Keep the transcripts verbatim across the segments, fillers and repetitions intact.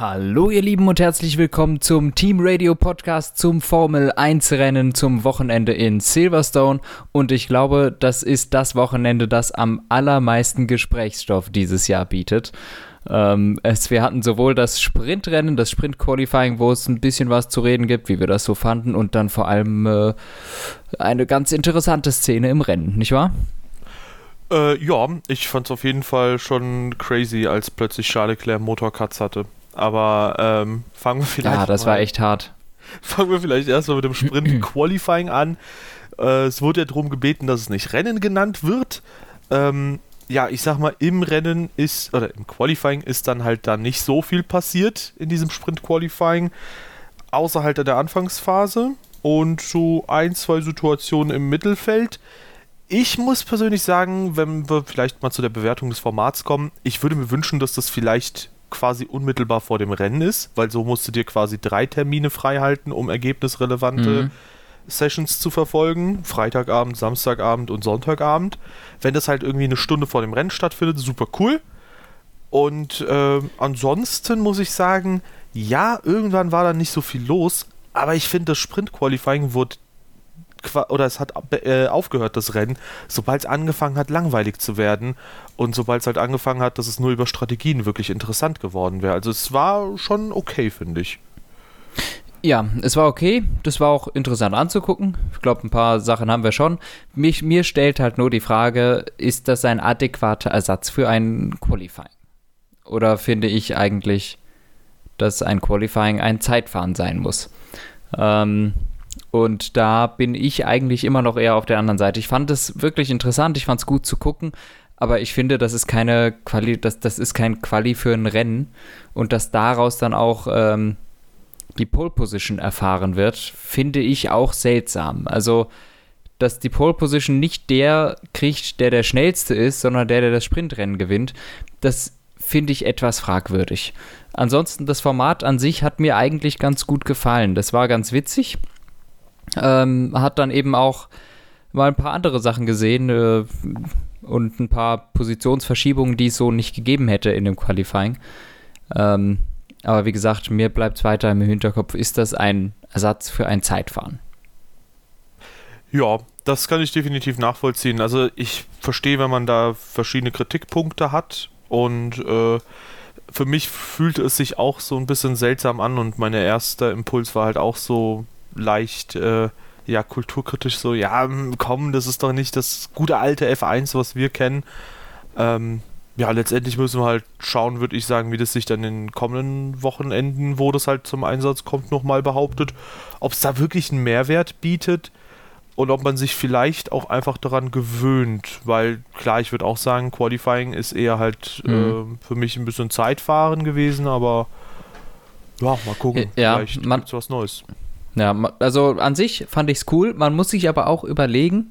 Hallo ihr Lieben und herzlich willkommen zum Team Radio Podcast zum Formel eins Rennen zum Wochenende in Silverstone, und ich glaube, das ist das Wochenende, das am allermeisten Gesprächsstoff dieses Jahr bietet. Ähm, es, wir hatten sowohl das Sprintrennen, das Sprint-Qualifying, wo es ein bisschen was zu reden gibt, wie wir das so fanden, und dann vor allem äh, eine ganz interessante Szene im Rennen, nicht wahr? Äh, ja, ich fand es auf jeden Fall schon crazy, als plötzlich Charles Leclerc Motorcuts hatte. Aber ähm, fangen wir vielleicht Ja, das mal, war echt hart. Fangen wir vielleicht erstmal mit dem Sprint-Qualifying an. Äh, es wurde ja darum gebeten, dass es nicht Rennen genannt wird. Ähm, ja, ich sag mal, im Rennen ist, oder im Qualifying ist dann halt da nicht so viel passiert in diesem Sprint-Qualifying, außer halt in der Anfangsphase und so ein, zwei Situationen im Mittelfeld. Ich muss persönlich sagen, wenn wir vielleicht mal zu der Bewertung des Formats kommen, ich würde mir wünschen, dass das vielleicht quasi unmittelbar vor dem Rennen ist, weil so musst du dir quasi drei Termine frei halten, um ergebnisrelevante mhm. Sessions zu verfolgen. Freitagabend, Samstagabend und Sonntagabend. Wenn das halt irgendwie eine Stunde vor dem Rennen stattfindet, super cool. Und äh, ansonsten muss ich sagen, ja, irgendwann war da nicht so viel los, aber ich finde, das Sprint-Qualifying wurde oder es hat äh, aufgehört, das Rennen, sobald es angefangen hat, langweilig zu werden und sobald es halt angefangen hat, dass es nur über Strategien wirklich interessant geworden wäre. Also es war schon okay, finde ich. Ja, es war okay. Das war auch interessant anzugucken. Ich glaube, ein paar Sachen haben wir schon. Mich, mir stellt halt nur die Frage, ist das ein adäquater Ersatz für ein Qualifying? Oder finde ich eigentlich, dass ein Qualifying ein Zeitfahren sein muss? Ähm... Und da bin ich eigentlich immer noch eher auf der anderen Seite. Ich fand es wirklich interessant, ich fand es gut zu gucken, aber ich finde, das ist keine Quali, das, das ist kein Quali für ein Rennen, und dass daraus dann auch ähm, die Pole Position erfahren wird, finde ich auch seltsam. Also, dass die Pole Position nicht der kriegt, der der Schnellste ist, sondern der, der das Sprintrennen gewinnt, das finde ich etwas fragwürdig. Ansonsten, das Format an sich hat mir eigentlich ganz gut gefallen. Das war ganz witzig. Ähm, hat dann eben auch mal ein paar andere Sachen gesehen äh, und ein paar Positionsverschiebungen, die es so nicht gegeben hätte in dem Qualifying. Ähm, aber wie gesagt, mir bleibt es weiter im Hinterkopf, ist das ein Ersatz für ein Zeitfahren? Ja, das kann ich definitiv nachvollziehen. Also ich verstehe, wenn man da verschiedene Kritikpunkte hat, und äh, für mich fühlte es sich auch so ein bisschen seltsam an, und mein erster Impuls war halt auch so leicht, äh, ja, kulturkritisch so, ja, komm, das ist doch nicht das gute alte F eins, was wir kennen. Ähm, ja, letztendlich müssen wir halt schauen, würde ich sagen, wie das sich dann in den kommenden Wochenenden, wo das halt zum Einsatz kommt, nochmal behauptet. Ob es da wirklich einen Mehrwert bietet und ob man sich vielleicht auch einfach daran gewöhnt, weil klar, ich würde auch sagen, Qualifying ist eher halt mhm. äh, für mich ein bisschen Zeitfahren gewesen, aber ja, mal gucken, ja, vielleicht gibt es was Neues. Ja, also an sich fand ich es cool. Man muss sich aber auch überlegen,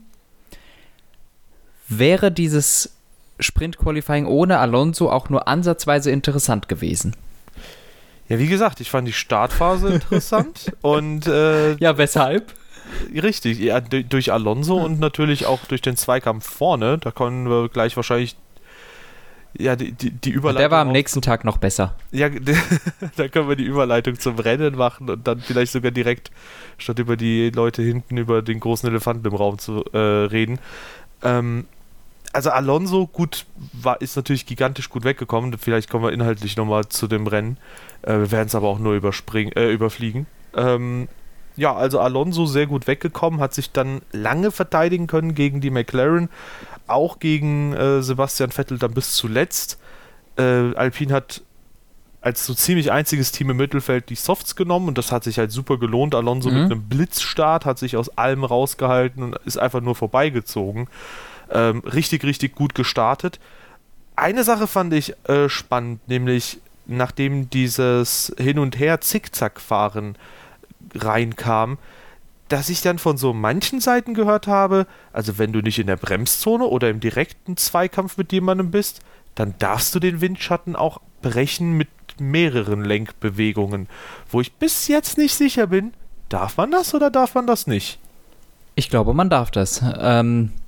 wäre dieses Sprint-Qualifying ohne Alonso auch nur ansatzweise interessant gewesen? Ja, wie gesagt, ich fand die Startphase interessant und äh, ja, weshalb? Richtig, ja, d- durch Alonso und natürlich auch durch den Zweikampf vorne. Da können wir gleich wahrscheinlich ja, die, die, die Überleitung. Der war am nächsten Tag noch besser. Ja, da können wir die Überleitung zum Rennen machen und dann vielleicht sogar direkt, statt über die Leute hinten, über den großen Elefanten im Raum zu äh, reden. Ähm, also Alonso, gut, war, ist natürlich gigantisch gut weggekommen. Vielleicht kommen wir inhaltlich nochmal zu dem Rennen. Äh, wir werden es aber auch nur überspringen, äh, überfliegen. Ähm, ja, also Alonso sehr gut weggekommen, hat sich dann lange verteidigen können gegen die McLaren, auch gegen äh, Sebastian Vettel dann bis zuletzt. Äh, Alpine hat als so ziemlich einziges Team im Mittelfeld die Softs genommen, und das hat sich halt super gelohnt. Alonso mhm. mit einem Blitzstart hat sich aus allem rausgehalten und ist einfach nur vorbeigezogen. Ähm, richtig, richtig gut gestartet. Eine Sache fand ich äh, spannend, nämlich nachdem dieses Hin- und Her-Zickzack-Fahren reinkam, dass ich dann von so manchen Seiten gehört habe, also wenn du nicht in der Bremszone oder im direkten Zweikampf mit jemandem bist, dann darfst du den Windschatten auch brechen mit mehreren Lenkbewegungen, wo ich bis jetzt nicht sicher bin, darf man das oder darf man das nicht? Ich glaube, man darf das. Ähm,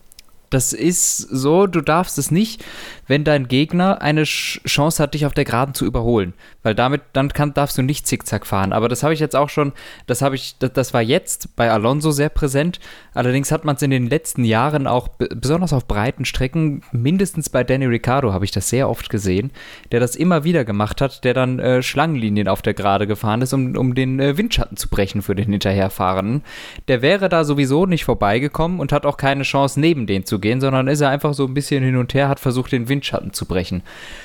Das ist so, du darfst es nicht, wenn dein Gegner eine Chance hat, dich auf der Geraden zu überholen. Weil damit, dann kann, darfst du nicht zickzack fahren. Aber das habe ich jetzt auch schon, das habe ich, das, das war jetzt bei Alonso sehr präsent. Allerdings hat man es in den letzten Jahren auch, besonders auf breiten Strecken, mindestens bei Danny Ricciardo habe ich das sehr oft gesehen, der das immer wieder gemacht hat, der dann äh, Schlangenlinien auf der Gerade gefahren ist, um, um den äh, Windschatten zu brechen für den Hinterherfahrenden. Der wäre da sowieso nicht vorbeigekommen und hat auch keine Chance, neben den zu gehen, sondern ist er einfach so ein bisschen hin und her, hat versucht, den Windschatten zu brechen.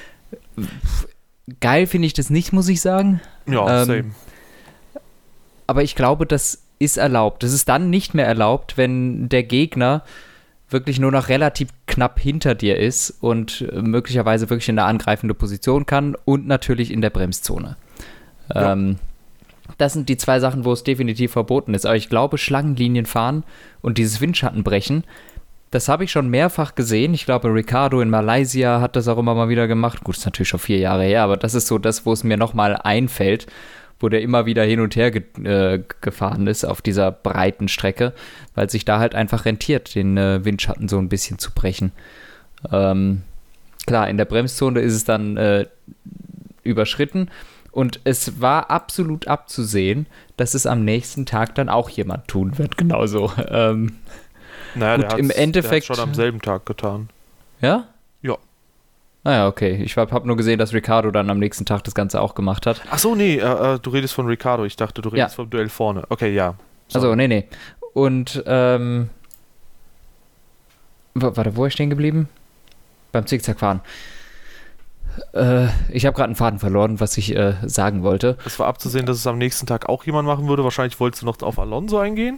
Geil finde ich das nicht, muss ich sagen. Ja, ähm, same. Aber ich glaube, das ist erlaubt. Das ist dann nicht mehr erlaubt, wenn der Gegner wirklich nur noch relativ knapp hinter dir ist und möglicherweise wirklich in eine angreifende Position kann und natürlich in der Bremszone. Ja. Ähm, das sind die zwei Sachen, wo es definitiv verboten ist. Aber ich glaube, Schlangenlinien fahren und dieses Windschattenbrechen, das habe ich schon mehrfach gesehen. Ich glaube, Ricciardo in Malaysia hat das auch immer mal wieder gemacht. Gut, ist natürlich schon vier Jahre her, aber das ist so das, wo es mir nochmal einfällt, wo der immer wieder hin und her ge- äh, gefahren ist auf dieser breiten Strecke, weil sich da halt einfach rentiert, den äh, Windschatten so ein bisschen zu brechen. Ähm, klar, in der Bremszone ist es dann äh, überschritten und es war absolut abzusehen, dass es am nächsten Tag dann auch jemand tun wird, genauso. Ähm, Naja, Gut, der hat im Endeffekt schon am selben Tag getan. Ja? Ja. Ah ja, okay. Ich habe nur gesehen, dass Ricciardo dann am nächsten Tag das Ganze auch gemacht hat. Ach so, nee, äh, du redest von Ricciardo. Ich dachte, du redest ja. vom Duell vorne. Okay, ja. Sorry. Also, nee, nee. Und, ähm... w- warte, wo ist ich stehen geblieben? Beim Zickzackfahren. Äh, ich habe gerade einen Faden verloren, was ich äh, sagen wollte. Es war abzusehen, dass es am nächsten Tag auch jemand machen würde. Wahrscheinlich wolltest du noch auf Alonso eingehen?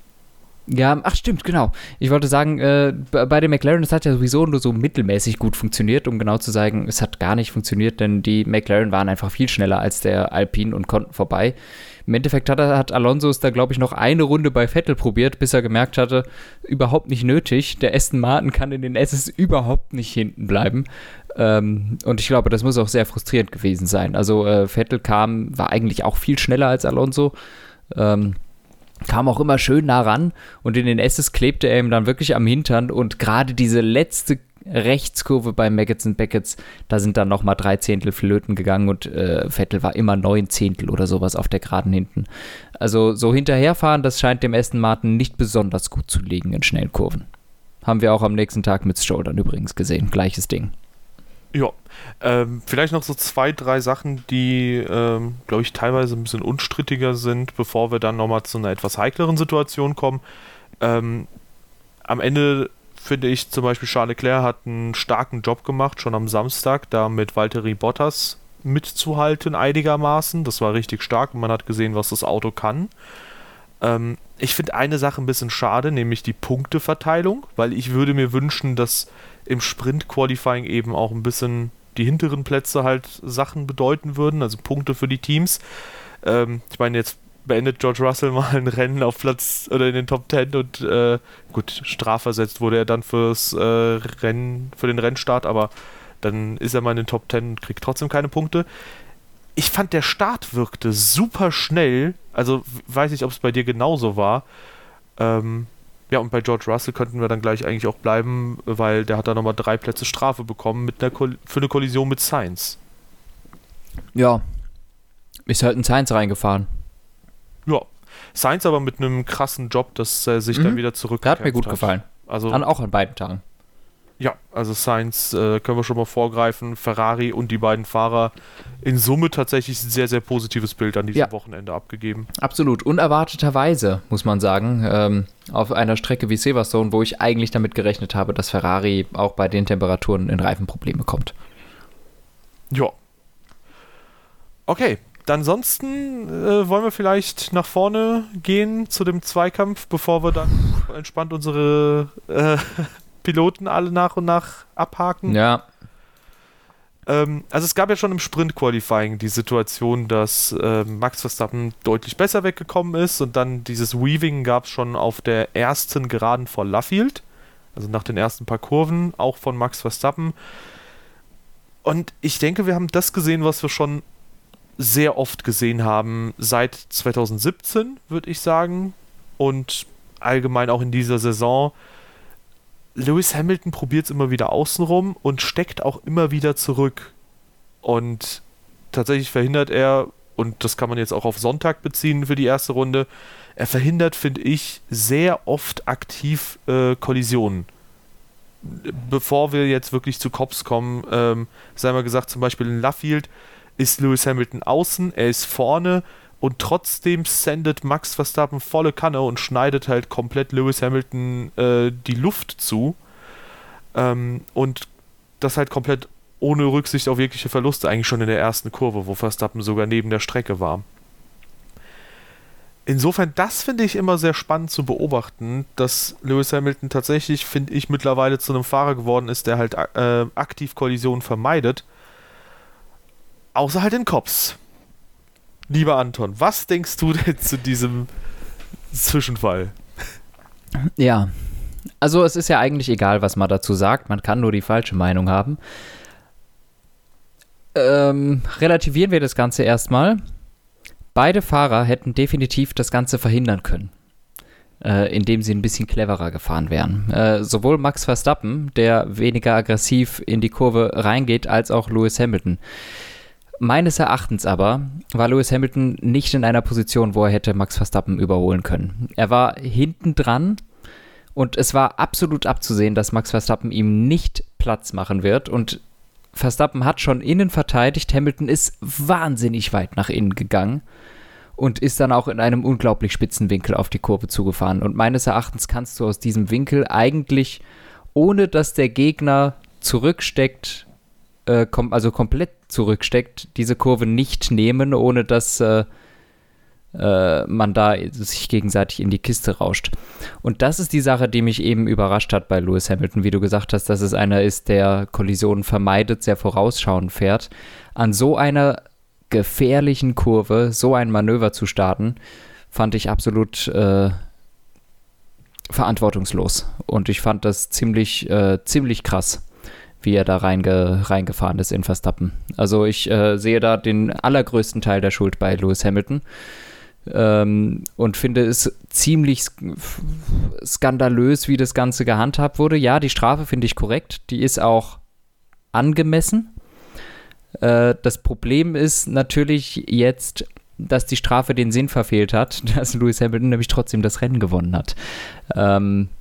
Ja, ach stimmt, genau. Ich wollte sagen, äh, bei den McLaren, das hat ja sowieso nur so mittelmäßig gut funktioniert, um genau zu sagen, es hat gar nicht funktioniert, denn die McLaren waren einfach viel schneller als der Alpine und konnten vorbei. Im Endeffekt hat, hat Alonso es da, glaube ich, noch eine Runde bei Vettel probiert, bis er gemerkt hatte, überhaupt nicht nötig. Der Aston Martin kann in den S S überhaupt nicht hinten bleiben. Ähm, und ich glaube, das muss auch sehr frustrierend gewesen sein. Also äh, Vettel kam, war eigentlich auch viel schneller als Alonso. Ähm, kam auch immer schön nah ran und in den S S klebte er ihm dann wirklich am Hintern und gerade diese letzte Rechtskurve bei Maggots und Becketts, da sind dann nochmal drei Zehntel flöten gegangen und äh, Vettel war immer neun Zehntel oder sowas auf der Geraden hinten. Also so hinterherfahren, das scheint dem Aston Martin nicht besonders gut zu liegen in schnellen Kurven. Haben wir auch am nächsten Tag mit Stroll dann übrigens gesehen, gleiches Ding. Ja, ähm, vielleicht noch so zwei, drei Sachen, die, ähm, glaube ich, teilweise ein bisschen unstrittiger sind, bevor wir dann nochmal zu einer etwas heikleren Situation kommen. Ähm, am Ende finde ich zum Beispiel, Charles Leclerc hat einen starken Job gemacht, schon am Samstag, da mit Valtteri Bottas mitzuhalten einigermaßen. Das war richtig stark und man hat gesehen, was das Auto kann. Ähm, ich finde eine Sache ein bisschen schade, nämlich die Punkteverteilung, weil ich würde mir wünschen, dass im Sprint-Qualifying eben auch ein bisschen die hinteren Plätze halt Sachen bedeuten würden, also Punkte für die Teams. Ähm, ich meine, jetzt beendet George Russell mal ein Rennen auf Platz oder in den Top Ten und äh, gut, strafversetzt wurde er dann fürs äh, Rennen, für den Rennstart, aber dann ist er mal in den Top Ten und kriegt trotzdem keine Punkte. Ich fand, der Start wirkte super schnell, also weiß nicht, ob es bei dir genauso war. Ähm, ja, und bei George Russell könnten wir dann gleich eigentlich auch bleiben, weil der hat da nochmal drei Plätze Strafe bekommen mit einer Koll- für eine Kollision mit Sainz. Ja, ist halt ein Sainz reingefahren. Ja, Sainz aber mit einem krassen Job, dass er sich mhm. dann wieder zurückgekämpft hat. Hat mir gut hat. gefallen. Also, an, auch an beiden Tagen. Ja, also Sainz äh, können wir schon mal vorgreifen. Ferrari und die beiden Fahrer in Summe tatsächlich ein sehr, sehr positives Bild an diesem ja. Wochenende abgegeben. Absolut. Unerwarteterweise, muss man sagen, ähm, auf einer Strecke wie Silverstone, wo ich eigentlich damit gerechnet habe, dass Ferrari auch bei den Temperaturen in Reifenprobleme kommt. Ja. Okay, dann ansonsten äh, wollen wir vielleicht nach vorne gehen zu dem Zweikampf, bevor wir dann entspannt unsere äh, Piloten alle nach und nach abhaken. Ja. Ähm, also es gab ja schon im Sprint-Qualifying die Situation, dass äh, Max Verstappen deutlich besser weggekommen ist und dann dieses Weaving gab es schon auf der ersten Geraden vor Luffield, also nach den ersten paar Kurven, auch von Max Verstappen. Und ich denke, wir haben das gesehen, was wir schon sehr oft gesehen haben seit zwanzig siebzehn, würde ich sagen, und allgemein auch in dieser Saison. Lewis Hamilton probiert es immer wieder außenrum und steckt auch immer wieder zurück. Und tatsächlich verhindert er, und das kann man jetzt auch auf Sonntag beziehen für die erste Runde, er verhindert, finde ich, sehr oft aktiv äh, Kollisionen. Bevor wir jetzt wirklich zu Cops kommen, ähm, sei mal gesagt, zum Beispiel in Luffield ist Lewis Hamilton außen, er ist vorne und trotzdem sendet Max Verstappen volle Kanne und schneidet halt komplett Lewis Hamilton äh, die Luft zu. Ähm, und das halt komplett ohne Rücksicht auf jegliche Verluste, eigentlich schon in der ersten Kurve, wo Verstappen sogar neben der Strecke war. Insofern, das finde ich immer sehr spannend zu beobachten, dass Lewis Hamilton tatsächlich, finde ich, mittlerweile zu einem Fahrer geworden ist, der halt äh, aktiv Kollisionen vermeidet. Außer halt in Cops. Lieber Anton, was denkst du denn zu diesem Zwischenfall? Ja, also es ist ja eigentlich egal, was man dazu sagt. Man kann nur die falsche Meinung haben. Ähm, relativieren wir das Ganze erstmal. Beide Fahrer hätten definitiv das Ganze verhindern können, äh, indem sie ein bisschen cleverer gefahren wären. Äh, sowohl Max Verstappen, der weniger aggressiv in die Kurve reingeht, als auch Lewis Hamilton. Meines Erachtens aber war Lewis Hamilton nicht in einer Position, wo er hätte Max Verstappen überholen können. Er war hinten dran und es war absolut abzusehen, dass Max Verstappen ihm nicht Platz machen wird, und Verstappen hat schon innen verteidigt, Hamilton ist wahnsinnig weit nach innen gegangen und ist dann auch in einem unglaublich spitzen Winkel auf die Kurve zugefahren. Und meines Erachtens kannst du aus diesem Winkel eigentlich, ohne dass der Gegner zurücksteckt, äh, kom- also komplett zurücksteckt, diese Kurve nicht nehmen, ohne dass äh, äh, man da sich gegenseitig in die Kiste rauscht. Und das ist die Sache, die mich eben überrascht hat bei Lewis Hamilton, wie du gesagt hast, dass es einer ist, der Kollisionen vermeidet, sehr vorausschauend fährt. An so einer gefährlichen Kurve so ein Manöver zu starten, fand ich absolut äh, verantwortungslos. Und ich fand das ziemlich, äh, ziemlich krass, wie er da reinge, reingefahren ist in Verstappen. Also ich äh, sehe da den allergrößten Teil der Schuld bei Lewis Hamilton. Ähm, und finde es ziemlich sk- skandalös, wie das Ganze gehandhabt wurde. Ja, die Strafe finde ich korrekt, die ist auch angemessen. Äh, das Problem ist natürlich jetzt, dass die Strafe den Sinn verfehlt hat, dass Lewis Hamilton nämlich trotzdem das Rennen gewonnen hat. Ähm,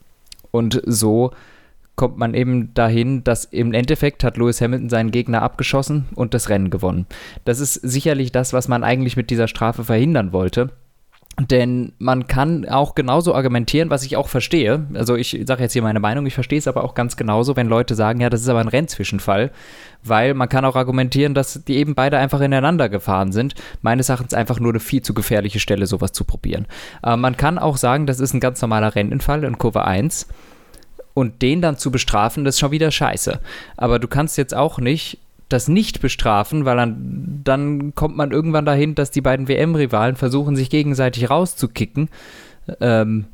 und so kommt man eben dahin, dass im Endeffekt hat Lewis Hamilton seinen Gegner abgeschossen und das Rennen gewonnen. Das ist sicherlich das, was man eigentlich mit dieser Strafe verhindern wollte. Denn man kann auch genauso argumentieren, was ich auch verstehe. Also ich sage jetzt hier meine Meinung, ich verstehe es aber auch ganz genauso, wenn Leute sagen, ja, das ist aber ein Rennzwischenfall. Weil man kann auch argumentieren, dass die eben beide einfach ineinander gefahren sind. Meines Erachtens einfach nur eine viel zu gefährliche Stelle, sowas zu probieren. Aber man kann auch sagen, das ist ein ganz normaler Rennunfall in Kurve eins. Und den dann zu bestrafen, das ist schon wieder scheiße. Aber du kannst jetzt auch nicht das nicht bestrafen, weil dann, dann kommt man irgendwann dahin, dass die beiden W M-Rivalen versuchen, sich gegenseitig rauszukicken ähm,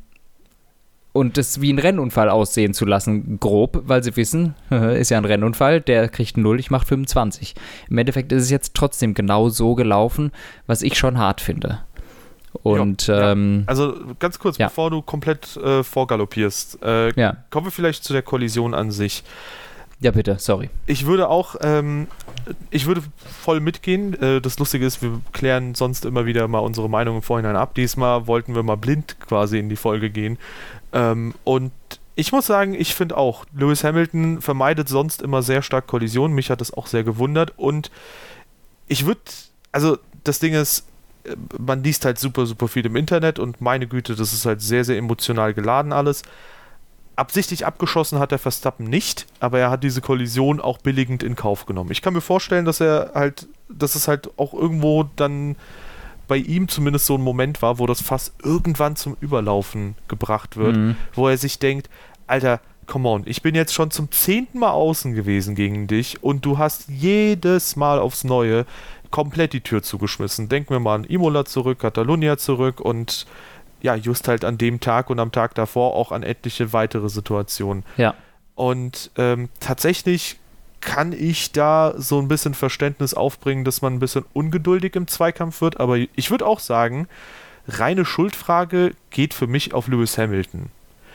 und das wie ein Rennunfall aussehen zu lassen, grob, weil sie wissen, ist ja ein Rennunfall, der kriegt null, ich mach fünfundzwanzig. Im Endeffekt ist es jetzt trotzdem genau so gelaufen, was ich schon hart finde. Und, ja, ähm, ja. Also ganz kurz, ja. bevor du komplett äh, vorgaloppierst, äh, ja. kommen wir vielleicht zu der Kollision an sich. Ja, bitte, sorry. Ich würde auch, ähm, ich würde voll mitgehen. Äh, das Lustige ist, wir klären sonst immer wieder mal unsere Meinung im Vorhinein ab. Diesmal wollten wir mal blind quasi in die Folge gehen. Ähm, und ich muss sagen, ich finde auch, Lewis Hamilton vermeidet sonst immer sehr stark Kollisionen. Mich hat das auch sehr gewundert. Und ich würde, also das Ding ist, man liest halt super, super viel im Internet und meine Güte, das ist halt sehr, sehr emotional geladen alles. Absichtlich abgeschossen hat der Verstappen nicht, aber er hat diese Kollision auch billigend in Kauf genommen. Ich kann mir vorstellen, dass er halt, dass es halt auch irgendwo dann bei ihm zumindest so ein Moment war, wo das Fass irgendwann zum Überlaufen gebracht wird, mhm. wo er sich denkt, Alter, come on, ich bin jetzt schon zum zehnten Mal außen gewesen gegen dich und du hast jedes Mal aufs Neue komplett die Tür zugeschmissen. Denken wir mal an Imola zurück, Catalunya zurück und ja, just halt an dem Tag und am Tag davor auch an etliche weitere Situationen. Ja. Und ähm, tatsächlich kann ich da so ein bisschen Verständnis aufbringen, dass man ein bisschen ungeduldig im Zweikampf wird, aber ich würde auch sagen, reine Schuldfrage geht für mich auf Lewis Hamilton.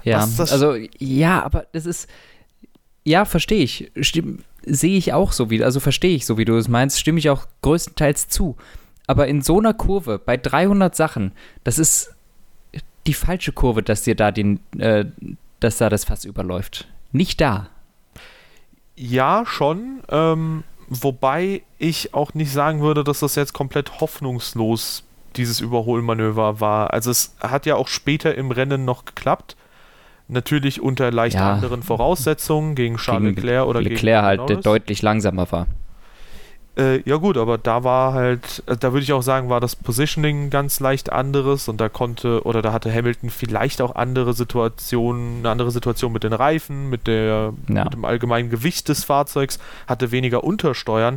Ja, also, ja, aber das ist, ja, verstehe ich, sehe ich auch so wie, also verstehe ich so, wie du es meinst, stimme ich auch größtenteils zu. Aber in so einer Kurve, bei dreihundert Sachen, das ist die falsche Kurve, dass dir da den, äh, dass da das Fass überläuft. Nicht da. Ja, schon, ähm, wobei ich auch nicht sagen würde, dass das jetzt komplett hoffnungslos dieses Überholmanöver war. Also es hat ja auch später im Rennen noch geklappt. Natürlich unter leicht ja. anderen Voraussetzungen gegen Charles gegen Leclerc oder Leclerc gegen Leclerc halt, der deutlich langsamer war. Äh, ja gut, aber da war halt, da würde ich auch sagen, war das Positioning ganz leicht anderes und da konnte, oder da hatte Hamilton vielleicht auch andere Situationen, eine andere Situation mit den Reifen, mit, der, ja. mit dem allgemeinen Gewicht des Fahrzeugs, hatte weniger Untersteuern.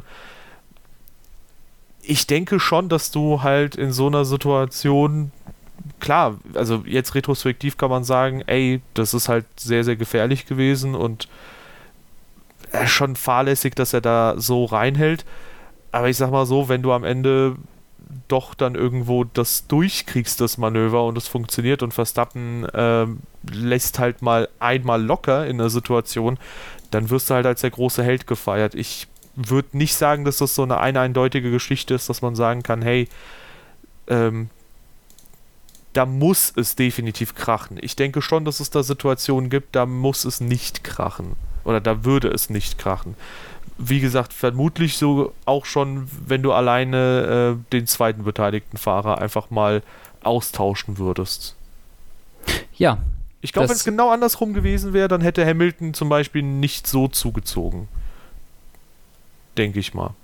Ich denke schon, dass du halt in so einer Situation, klar, also jetzt retrospektiv kann man sagen, ey, das ist halt sehr, sehr gefährlich gewesen und schon fahrlässig, dass er da so reinhält. Aber ich sag mal so, wenn du am Ende doch dann irgendwo das durchkriegst, das Manöver, und es funktioniert und Verstappen äh, lässt halt mal einmal locker in der Situation, dann wirst du halt als der große Held gefeiert. Ich würde nicht sagen, dass das so eine, eine eindeutige Geschichte ist, dass man sagen kann, hey, ähm, da muss es definitiv krachen. Ich denke schon, dass es da Situationen gibt, da muss es nicht krachen. Oder da würde es nicht krachen. Wie gesagt, vermutlich so auch schon, wenn du alleine äh, den zweiten beteiligten Fahrer einfach mal austauschen würdest. Ja. Ich glaube, wenn es genau andersrum gewesen wäre, dann hätte Hamilton zum Beispiel nicht so zugezogen. Denke ich mal.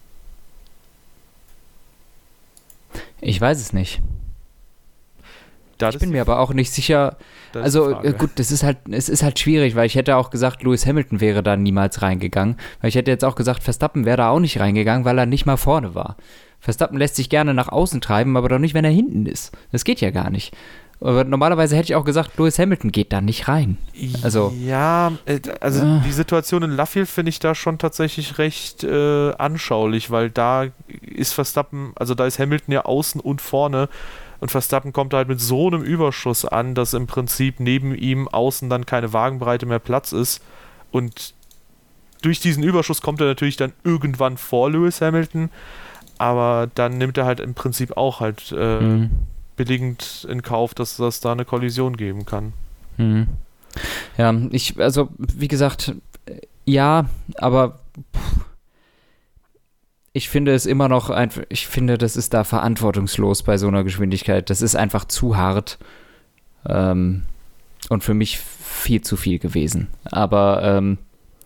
Ich weiß es nicht. Das ich bin mir aber auch nicht sicher. Also äh, gut, das ist halt, es ist halt schwierig, weil ich hätte auch gesagt, Lewis Hamilton wäre da niemals reingegangen. Weil ich hätte jetzt auch gesagt, Verstappen wäre da auch nicht reingegangen, weil er nicht mal vorne war. Verstappen lässt sich gerne nach außen treiben, aber doch nicht, wenn er hinten ist. Das geht ja gar nicht. Aber normalerweise hätte ich auch gesagt, Lewis Hamilton geht da nicht rein. Also, ja, also äh. die Situation in Luffield finde ich da schon tatsächlich recht äh, anschaulich, weil da ist Verstappen, also da ist Hamilton ja außen und vorne. Und Verstappen kommt halt mit so einem Überschuss an, dass im Prinzip neben ihm außen dann keine Wagenbreite mehr Platz ist. Und durch diesen Überschuss kommt er natürlich dann irgendwann vor Lewis Hamilton. Aber dann nimmt er halt im Prinzip auch halt äh, mhm. billigend in Kauf, dass das da eine Kollision geben kann. Mhm. Ja, ich, also wie gesagt, ja, aber pff. Ich finde es immer noch einfach, ich finde, das ist da verantwortungslos bei so einer Geschwindigkeit. Das ist einfach zu hart ähm, und für mich viel zu viel gewesen. Aber ähm,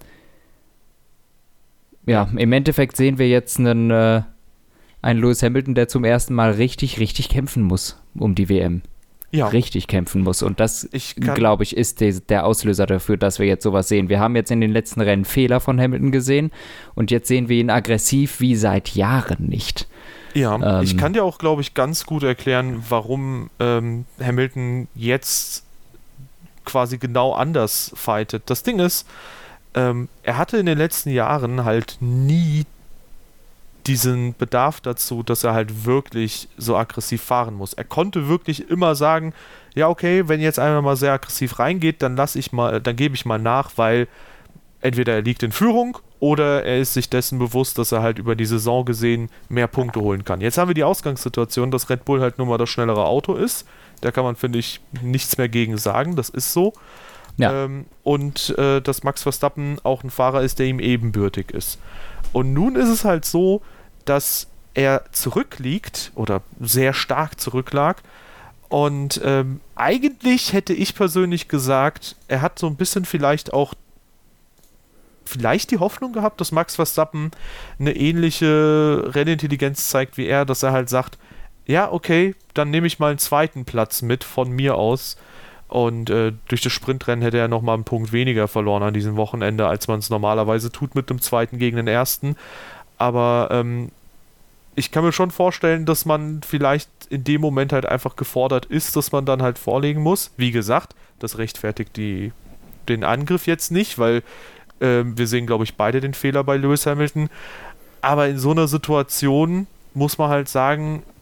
ja, im Endeffekt sehen wir jetzt einen, äh, einen Lewis Hamilton, der zum ersten Mal richtig, richtig kämpfen muss um die W M. Ja. Richtig kämpfen muss. Und das, glaube ich, ist de- der Auslöser dafür, dass wir jetzt sowas sehen. Wir haben jetzt in den letzten Rennen Fehler von Hamilton gesehen und jetzt sehen wir ihn aggressiv wie seit Jahren nicht. Ja, ähm, ich kann dir auch, glaube ich, ganz gut erklären, warum ähm, Hamilton jetzt quasi genau anders fightet. Das Ding ist, ähm, er hatte in den letzten Jahren halt nie diesen Bedarf dazu, dass er halt wirklich so aggressiv fahren muss. Er konnte wirklich immer sagen, ja okay, wenn jetzt einer mal sehr aggressiv reingeht, dann lass ich mal, dann gebe ich mal nach, weil entweder er liegt in Führung oder er ist sich dessen bewusst, dass er halt über die Saison gesehen mehr Punkte holen kann. Jetzt haben wir die Ausgangssituation, dass Red Bull halt nun mal das schnellere Auto ist. Da kann man, finde ich, nichts mehr gegen sagen. Das ist so. Ja. Ähm, und äh, dass Max Verstappen auch ein Fahrer ist, der ihm ebenbürtig ist. Und nun ist es halt so, dass er zurückliegt oder sehr stark zurücklag. Und ähm, eigentlich hätte ich persönlich gesagt, er hat so ein bisschen vielleicht auch vielleicht die Hoffnung gehabt, dass Max Verstappen eine ähnliche Rennintelligenz zeigt wie er, dass er halt sagt, ja, okay, dann nehme ich mal einen zweiten Platz mit von mir aus. Und äh, durch das Sprintrennen hätte er nochmal einen Punkt weniger verloren an diesem Wochenende, als man es normalerweise tut mit dem zweiten gegen den ersten. Aber ähm, ich kann mir schon vorstellen, dass man vielleicht in dem Moment halt einfach gefordert ist, dass man dann halt vorlegen muss. Wie gesagt, das rechtfertigt die, den Angriff jetzt nicht, weil äh, wir sehen, glaube ich, beide den Fehler bei Lewis Hamilton. Aber in so einer Situation muss man halt sagen,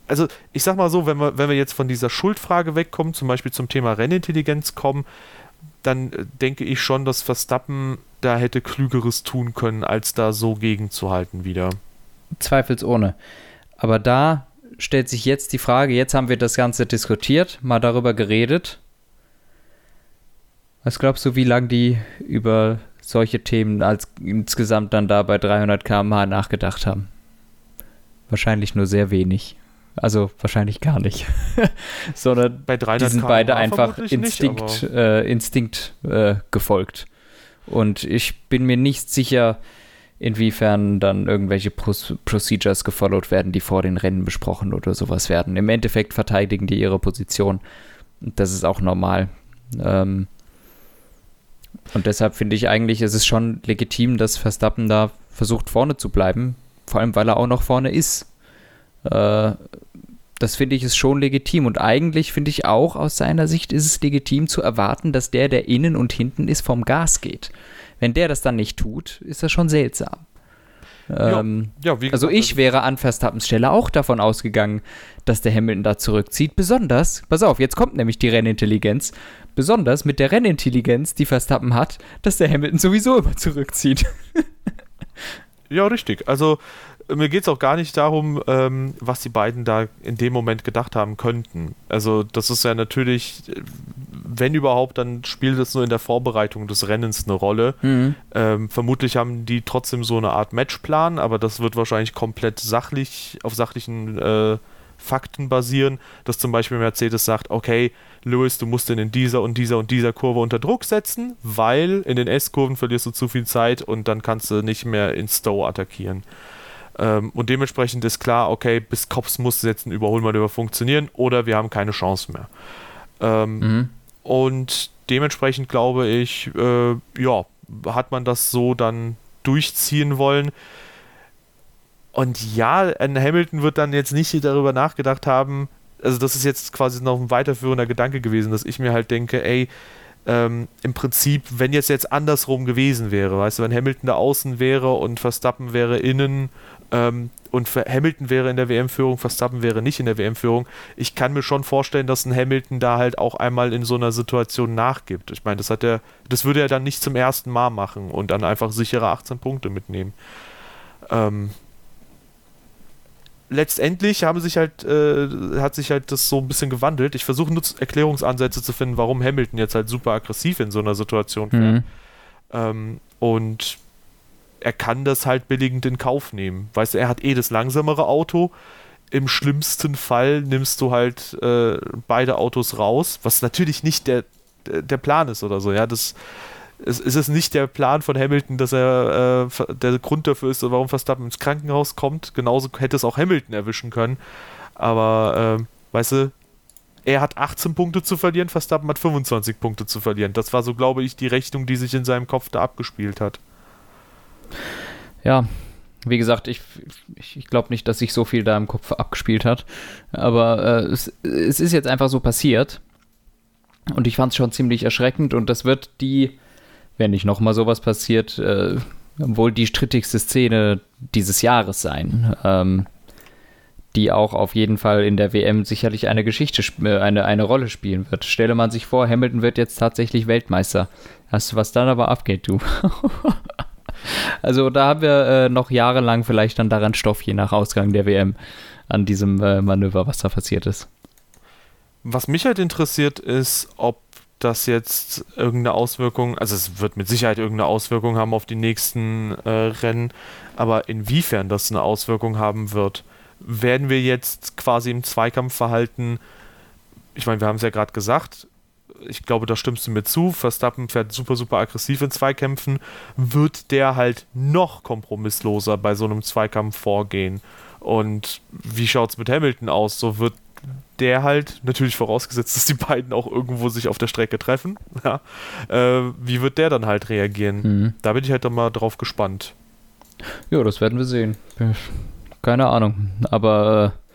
also ich sag mal so, wenn wir, wenn wir jetzt von dieser Schuldfrage wegkommen, zum Beispiel zum Thema Rennintelligenz kommen, dann äh, denke ich schon, dass Verstappen da hätte Klügeres tun können, als da so gegenzuhalten wieder. Zweifelsohne. Aber da stellt sich jetzt die Frage, jetzt haben wir das Ganze diskutiert, mal darüber geredet. Was glaubst du, wie lange die über solche Themen als insgesamt dann da bei dreihundert Kilometer pro Stunde nachgedacht haben? Wahrscheinlich nur sehr wenig. Also wahrscheinlich gar nicht. Sondern bei die sind beide einfach Instinkt, Instinkt, nicht, äh, Instinkt äh, gefolgt. Und ich bin mir nicht sicher, inwiefern dann irgendwelche Pro- Procedures gefollowt werden, die vor den Rennen besprochen oder sowas werden. Im Endeffekt verteidigen die ihre Position. Das ist auch normal. Ähm, und deshalb finde ich eigentlich, ist es schon legitim, dass Verstappen da versucht vorne zu bleiben. Vor allem, weil er auch noch vorne ist. Äh, das finde ich ist schon legitim. Und eigentlich finde ich auch, aus seiner Sicht ist es legitim zu erwarten, dass der, der innen und hinten ist, vom Gas geht. Wenn der das dann nicht tut, ist das schon seltsam. Ähm, ja, ja, wie gesagt, also ich wäre an Verstappens Stelle auch davon ausgegangen, dass der Hamilton da zurückzieht. Besonders, pass auf, jetzt kommt nämlich die Rennintelligenz. Besonders mit der Rennintelligenz, die Verstappen hat, dass der Hamilton sowieso immer zurückzieht. Ja, richtig. Also mir geht es auch gar nicht darum, ähm, was die beiden da in dem Moment gedacht haben könnten. Also das ist ja natürlich, wenn überhaupt, dann spielt es nur in der Vorbereitung des Rennens eine Rolle. Mhm. Ähm, vermutlich haben die trotzdem so eine Art Matchplan, aber das wird wahrscheinlich komplett sachlich, auf sachlichen äh, Fakten basieren, dass zum Beispiel Mercedes sagt, okay, Lewis, du musst den in dieser und dieser und dieser Kurve unter Druck setzen, weil in den S-Kurven verlierst du zu viel Zeit und dann kannst du nicht mehr in Stow attackieren. Ähm, und dementsprechend ist klar, okay, bis Kops muss jetzt ein Überholmanöver funktionieren oder wir haben keine Chance mehr. Ähm, mhm. Und dementsprechend glaube ich, äh, ja, hat man das so dann durchziehen wollen. Und ja, ein Hamilton wird dann jetzt nicht darüber nachgedacht haben, also das ist jetzt quasi noch ein weiterführender Gedanke gewesen, dass ich mir halt denke, ey, ähm, im Prinzip, wenn jetzt jetzt andersrum gewesen wäre, weißt du, wenn Hamilton da außen wäre und Verstappen wäre innen ähm, und Hamilton wäre in der W M-Führung, Verstappen wäre nicht in der W M-Führung, ich kann mir schon vorstellen, dass ein Hamilton da halt auch einmal in so einer Situation nachgibt. Ich meine, das hat er, das würde er dann nicht zum ersten Mal machen und dann einfach sichere achtzehn Punkte mitnehmen. Ähm, Letztendlich haben sich halt, äh, hat sich halt das so ein bisschen gewandelt. Ich versuche nur Erklärungsansätze zu finden, warum Hamilton jetzt halt super aggressiv in so einer Situation fährt. Mhm. Ähm, und er kann das halt billigend in Kauf nehmen. Weißt du, er hat eh das langsamere Auto. Im schlimmsten Fall nimmst du halt äh, beide Autos raus, was natürlich nicht der, der Plan ist oder so. Ja, das Es ist nicht der Plan von Hamilton, dass er äh, der Grund dafür ist, warum Verstappen ins Krankenhaus kommt. Genauso hätte es auch Hamilton erwischen können. Aber, äh, weißt du, er hat achtzehn Punkte zu verlieren, Verstappen hat fünfundzwanzig Punkte zu verlieren. Das war so, glaube ich, die Rechnung, die sich in seinem Kopf da abgespielt hat. Ja, wie gesagt, ich, ich, ich glaube nicht, dass sich so viel da im Kopf abgespielt hat. Aber äh, es, es ist jetzt einfach so passiert. Und ich fand es schon ziemlich erschreckend. Und das wird die... wenn nicht nochmal sowas passiert, äh, wohl die strittigste Szene dieses Jahres sein, ähm, die auch auf jeden Fall in der W M sicherlich eine Geschichte, äh, eine, eine Rolle spielen wird. Stelle man sich vor, Hamilton wird jetzt tatsächlich Weltmeister. Weißt du, was dann aber abgeht, du? Also da haben wir äh, noch jahrelang vielleicht dann daran Stoff, je nach Ausgang der W M, an diesem äh, Manöver, was da passiert ist. Was mich halt interessiert ist, ob das jetzt irgendeine Auswirkung, also es wird mit Sicherheit irgendeine Auswirkung haben auf die nächsten äh, Rennen, aber inwiefern das eine Auswirkung haben wird, werden wir jetzt quasi im Zweikampfverhalten, ich meine, wir haben es ja gerade gesagt, ich glaube, da stimmst du mir zu, Verstappen fährt super, super aggressiv in Zweikämpfen, wird der halt noch kompromissloser bei so einem Zweikampf vorgehen. Und wie schaut es mit Hamilton aus? So wird der halt, natürlich vorausgesetzt, dass die beiden auch irgendwo sich auf der Strecke treffen, ja, äh, wie wird der dann halt reagieren? Mhm. Da bin ich halt dann mal drauf gespannt. Ja, das werden wir sehen. Keine Ahnung, aber äh,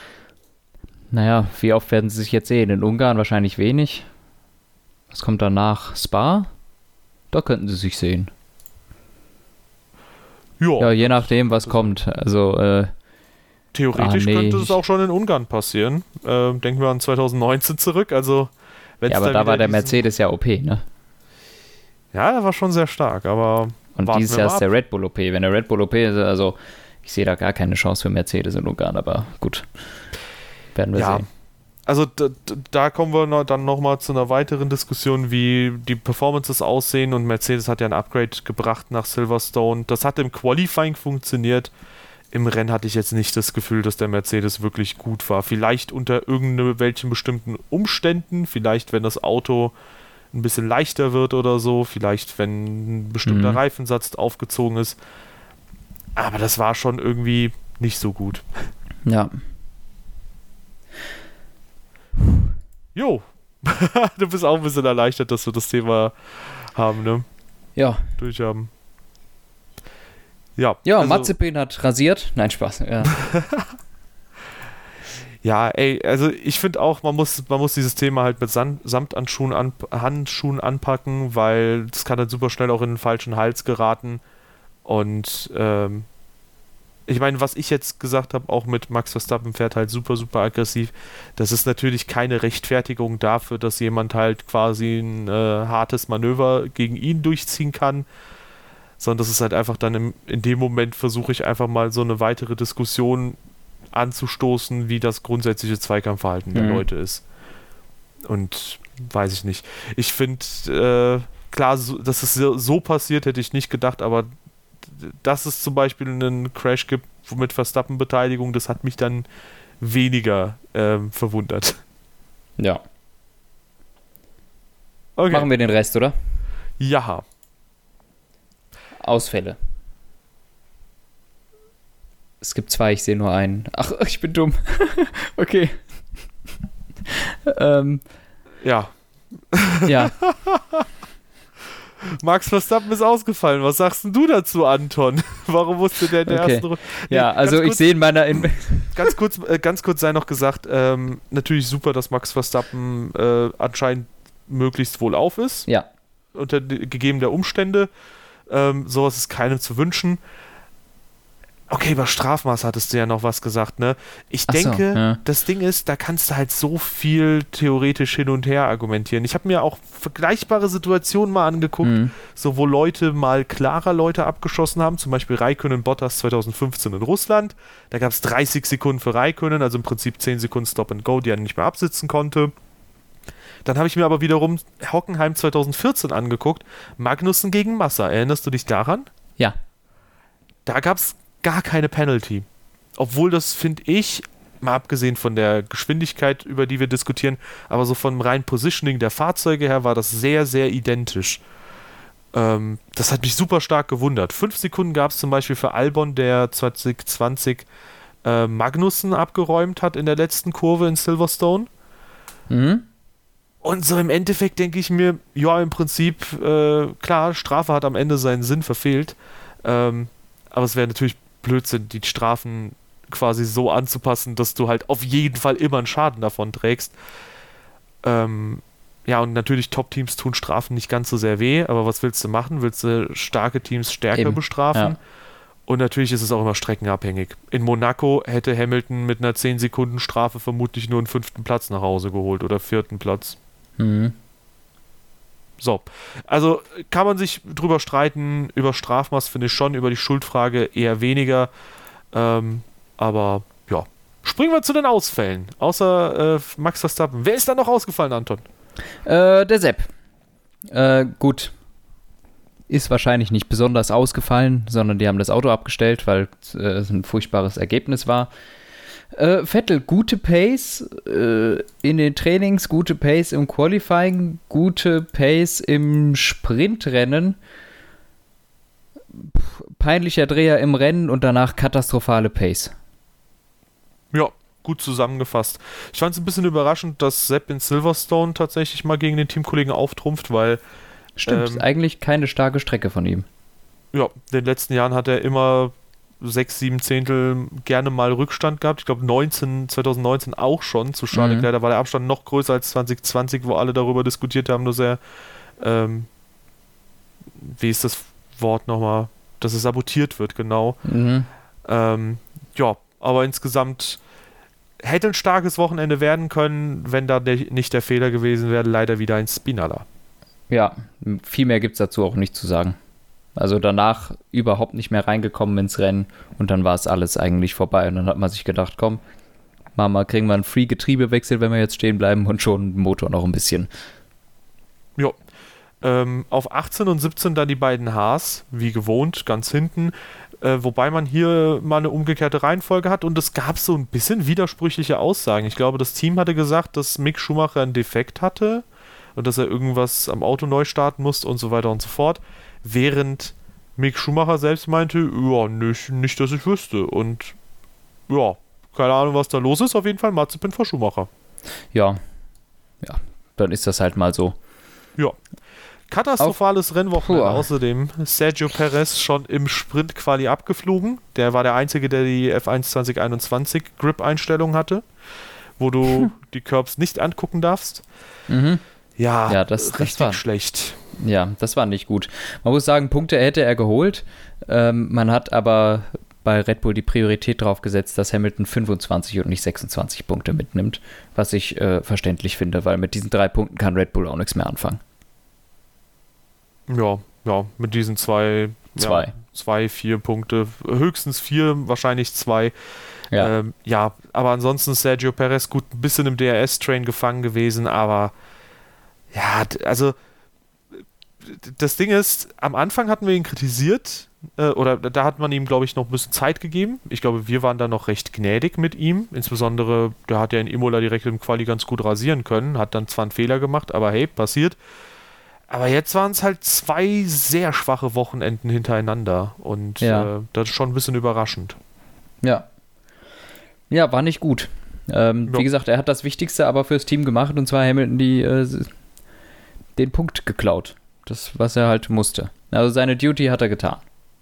naja, wie oft werden sie sich jetzt sehen? In Ungarn wahrscheinlich wenig. Was kommt danach? Spa? Da könnten sie sich sehen. Jo. Ja, je nachdem, was kommt. Also, äh, theoretisch ah, nee, könnte es auch schon in Ungarn passieren. Äh, denken wir an zwanzig neunzehn zurück. Also, wenn's ja, aber da war der Mercedes ja O P, ne? Ja, der war schon sehr stark, aber. Und dieses Jahr ist der Red Bull O P. Wenn der Red Bull O P ist, also ich sehe da gar keine Chance für Mercedes in Ungarn, aber gut. Werden wir ja. sehen. Also da, da kommen wir noch, dann nochmal zu einer weiteren Diskussion, wie die Performances aussehen, und Mercedes hat ja ein Upgrade gebracht nach Silverstone. Das hat im Qualifying funktioniert. Im Rennen hatte ich jetzt nicht das Gefühl, dass der Mercedes wirklich gut war. Vielleicht unter irgendwelchen bestimmten Umständen, vielleicht wenn das Auto ein bisschen leichter wird oder so, vielleicht wenn ein bestimmter mhm. Reifensatz aufgezogen ist. Aber das war schon irgendwie nicht so gut. Ja. Jo, du bist auch ein bisschen erleichtert, dass wir das Thema haben, ne? Ja. Durchhaben. Ja, ja also, Mazepin hat rasiert. Nein, Spaß. Ja, ja ey, also ich finde auch, man muss, man muss dieses Thema halt mit Sand, Samthandschuhen an, Handschuhen anpacken, weil das kann dann super schnell auch in den falschen Hals geraten. Und ähm, ich meine, was ich jetzt gesagt habe, auch mit Max Verstappen fährt halt super, super aggressiv. Das ist natürlich keine Rechtfertigung dafür, dass jemand halt quasi ein äh, hartes Manöver gegen ihn durchziehen kann, sondern das ist halt einfach dann im, in dem Moment versuche ich einfach mal so eine weitere Diskussion anzustoßen, wie das grundsätzliche Zweikampfverhalten mhm. der Leute ist. Und weiß ich nicht. Ich finde, äh, klar, so, dass es so, so passiert, hätte ich nicht gedacht, aber dass es zum Beispiel einen Crash gibt mit Verstappen-Beteiligung, das hat mich dann weniger ähm, verwundert. Ja. Okay. Machen wir den Rest, oder? Ja. Ausfälle. Es gibt zwei, ich sehe nur einen. Ach, ich bin dumm. Okay. ähm. Ja. Ja. Max Verstappen ist ausgefallen. Was sagst denn du dazu, Anton? Warum musste der in der okay. ersten Runde... Nee, ja, also ich sehe in meiner... In ganz, kurz, äh, ganz kurz sei noch gesagt, ähm, natürlich super, dass Max Verstappen äh, anscheinend möglichst wohlauf ist. Ja. Unter gegeben der Umstände. Ähm, sowas ist keinem zu wünschen. Okay, über Strafmaß hattest du ja noch was gesagt, ne? Ich Ach denke, so, ja. das Ding ist, da kannst du halt so viel theoretisch hin und her argumentieren. Ich habe mir auch vergleichbare Situationen mal angeguckt, mhm. so wo Leute mal klarer Leute abgeschossen haben, zum Beispiel Räikkönen Bottas zwanzig fünfzehn in Russland. Da gab es dreißig Sekunden für Räikkönen, also im Prinzip zehn Sekunden Stop and Go, die er nicht mehr absitzen konnte. Dann habe ich mir aber wiederum Hockenheim zwanzig vierzehn angeguckt, Magnussen gegen Massa. Erinnerst du dich daran? Ja. Da gab es gar keine Penalty. Obwohl das, finde ich, mal abgesehen von der Geschwindigkeit, über die wir diskutieren, aber so vom reinen Positioning der Fahrzeuge her war das sehr, sehr identisch. Ähm, das hat mich super stark gewundert. Fünf Sekunden gab es zum Beispiel für Albon, der zwanzig zwanzig äh, Magnussen abgeräumt hat in der letzten Kurve in Silverstone. Mhm. Und so im Endeffekt denke ich mir, ja, im Prinzip, äh, klar, Strafe hat am Ende seinen Sinn verfehlt. Ähm, aber es wäre natürlich Blödsinn, die Strafen quasi so anzupassen, dass du halt auf jeden Fall immer einen Schaden davon trägst. Ähm, ja, und natürlich Top-Teams tun Strafen nicht ganz so sehr weh, aber was willst du machen? Willst du starke Teams stärker Eben. bestrafen? Ja. Und natürlich ist es auch immer streckenabhängig. In Monaco hätte Hamilton mit einer zehn Sekunden Strafe vermutlich nur einen fünften Platz nach Hause geholt oder vierten Platz. Mhm. So, also kann man sich drüber streiten, über Strafmaß finde ich schon, über die Schuldfrage eher weniger, ähm, aber ja, springen wir zu den Ausfällen, außer äh, Max Verstappen. Wer ist da noch ausgefallen, Anton? Äh, der Sepp. Äh, gut. Ist wahrscheinlich nicht besonders ausgefallen, sondern die haben das Auto abgestellt, weil äh, es ein furchtbares Ergebnis war. Äh, Vettel, gute Pace äh, in den Trainings, gute Pace im Qualifying, gute Pace im Sprintrennen, Puh, peinlicher Dreher im Rennen und danach katastrophale Pace. Ja, gut zusammengefasst. Ich fand es ein bisschen überraschend, dass Sepp in Silverstone tatsächlich mal gegen den Teamkollegen auftrumpft, weil Stimmt, ähm, eigentlich keine starke Strecke von ihm. Ja, in den letzten Jahren hat er immer sechs, sieben Zehntel gerne mal Rückstand gehabt. Ich glaube neunzehn, zwanzig neunzehn auch schon zu Charles Leclerc. Da war der Abstand noch größer als zwanzig zwanzig, wo alle darüber diskutiert haben, dass er, ähm, wie ist das Wort nochmal, dass es sabotiert wird, genau. Mhm. Ähm, ja, aber insgesamt hätte ein starkes Wochenende werden können, wenn da der, nicht der Fehler gewesen wäre, leider wieder ein Spinalla. Ja, viel mehr gibt es dazu auch nicht zu sagen. Also danach überhaupt nicht mehr reingekommen ins Rennen und dann war es alles eigentlich vorbei und dann hat man sich gedacht, komm, Mama, kriegen wir einen Free-Getriebewechsel, wenn wir jetzt stehen bleiben und schon den Motor noch ein bisschen. Ja, ähm, auf achtzehn und siebzehn dann die beiden Haas, wie gewohnt, ganz hinten, äh, wobei man hier mal eine umgekehrte Reihenfolge hat und es gab so ein bisschen widersprüchliche Aussagen. Ich glaube, das Team hatte gesagt, dass Mick Schumacher einen Defekt hatte und dass er irgendwas am Auto neu starten musste und so weiter und so fort, während Mick Schumacher selbst meinte, ja, nicht, nicht, dass ich wüsste und ja, keine Ahnung, was da los ist, auf jeden Fall Mazepin vor Schumacher. Ja, ja, dann ist das halt mal so. Ja. Katastrophales Auf, Rennwochenende. Puh. Außerdem Sergio Perez schon im Sprint-Quali abgeflogen. Der war der Einzige, der die F eins zwanzig einundzwanzig Grip-Einstellung hatte, wo du hm. die Curbs nicht angucken darfst. Mhm. Ja, ja das, richtig das war, schlecht. Ja, das war nicht gut. Man muss sagen, Punkte hätte er geholt. Ähm, man hat aber bei Red Bull die Priorität drauf gesetzt, dass Hamilton fünfundzwanzig und nicht sechsundzwanzig Punkte mitnimmt, was ich äh, verständlich finde, weil mit diesen drei Punkten kann Red Bull auch nichts mehr anfangen. Ja, ja, mit diesen zwei, zwei, ja, zwei, vier Punkte, höchstens vier, wahrscheinlich zwei. Ja. Ähm, ja, aber ansonsten Sergio Perez gut ein bisschen im D R S-Train gefangen gewesen, aber ja, also das Ding ist, am Anfang hatten wir ihn kritisiert, äh, oder da hat man ihm, glaube ich, noch ein bisschen Zeit gegeben. Ich glaube, wir waren da noch recht gnädig mit ihm, insbesondere, der hat ja in Imola direkt im Quali ganz gut rasieren können, hat dann zwar einen Fehler gemacht, aber hey, passiert. Aber jetzt waren es halt zwei sehr schwache Wochenenden hintereinander und ja. äh, das ist schon ein bisschen überraschend. Ja. Ja, war nicht gut. Ähm, ja. Wie gesagt, er hat das Wichtigste aber fürs Team gemacht und zwar Hamilton die, äh, den Punkt geklaut. Das, was er halt musste. Also seine Duty hat er getan.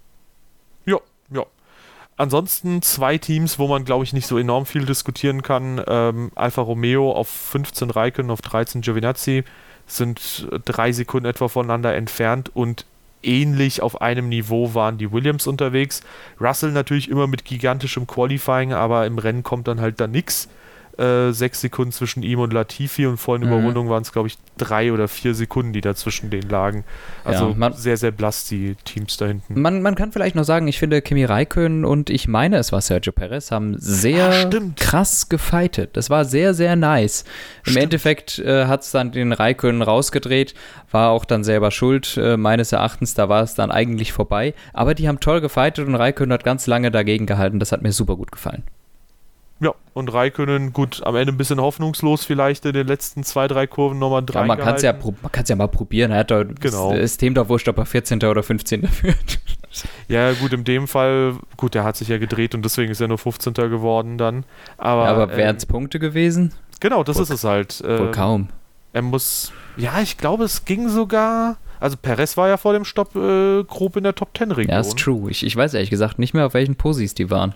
Ja, ja. Ansonsten zwei Teams, wo man, glaube ich, nicht so enorm viel diskutieren kann. Ähm, Alfa Romeo auf fünfzehn Raikkonen, auf dreizehn Giovinazzi. Sind drei Sekunden etwa voneinander entfernt und ähnlich auf einem Niveau waren die Williams unterwegs. Russell natürlich immer mit gigantischem Qualifying, aber im Rennen kommt dann halt da nichts. Äh, sechs Sekunden zwischen ihm und Latifi und vor der mhm. Überrundung waren es, glaube ich, drei oder vier Sekunden, die da zwischen denen lagen. Also ja, man, sehr, sehr blass die Teams da hinten. Man, man kann vielleicht noch sagen, ich finde Kimi Räikkönen und ich meine, es war Sergio Perez, haben sehr ah, krass gefightet. Das war sehr, sehr nice. Im stimmt. Endeffekt äh, hat es dann den Räikkönen rausgedreht, war auch dann selber schuld, äh, meines Erachtens, da war es dann eigentlich vorbei. Aber die haben toll gefightet und Räikkönen hat ganz lange dagegen gehalten. Das hat mir super gut gefallen. Ja, und Räikkönen, gut, am Ende ein bisschen hoffnungslos vielleicht in den letzten zwei, drei Kurven nochmal drei. Ja, man kann es ja, ja mal probieren. Er hat doch, genau. Das System doch wurscht, ob er vierzehnter oder fünfzehnter wird. Ja, gut, in dem Fall, gut, der hat sich ja gedreht und deswegen ist er nur fünfzehnter geworden dann. Aber, ja, aber wären es ähm, Punkte gewesen? Genau, das wohl, ist es halt. Äh, wohl kaum. Er muss, ja, ich glaube, es ging sogar, also Perez war ja vor dem Stopp äh, grob in der Top Ten Region. Ja, ist true. Ich, ich weiß ehrlich gesagt nicht mehr, auf welchen Posis die waren.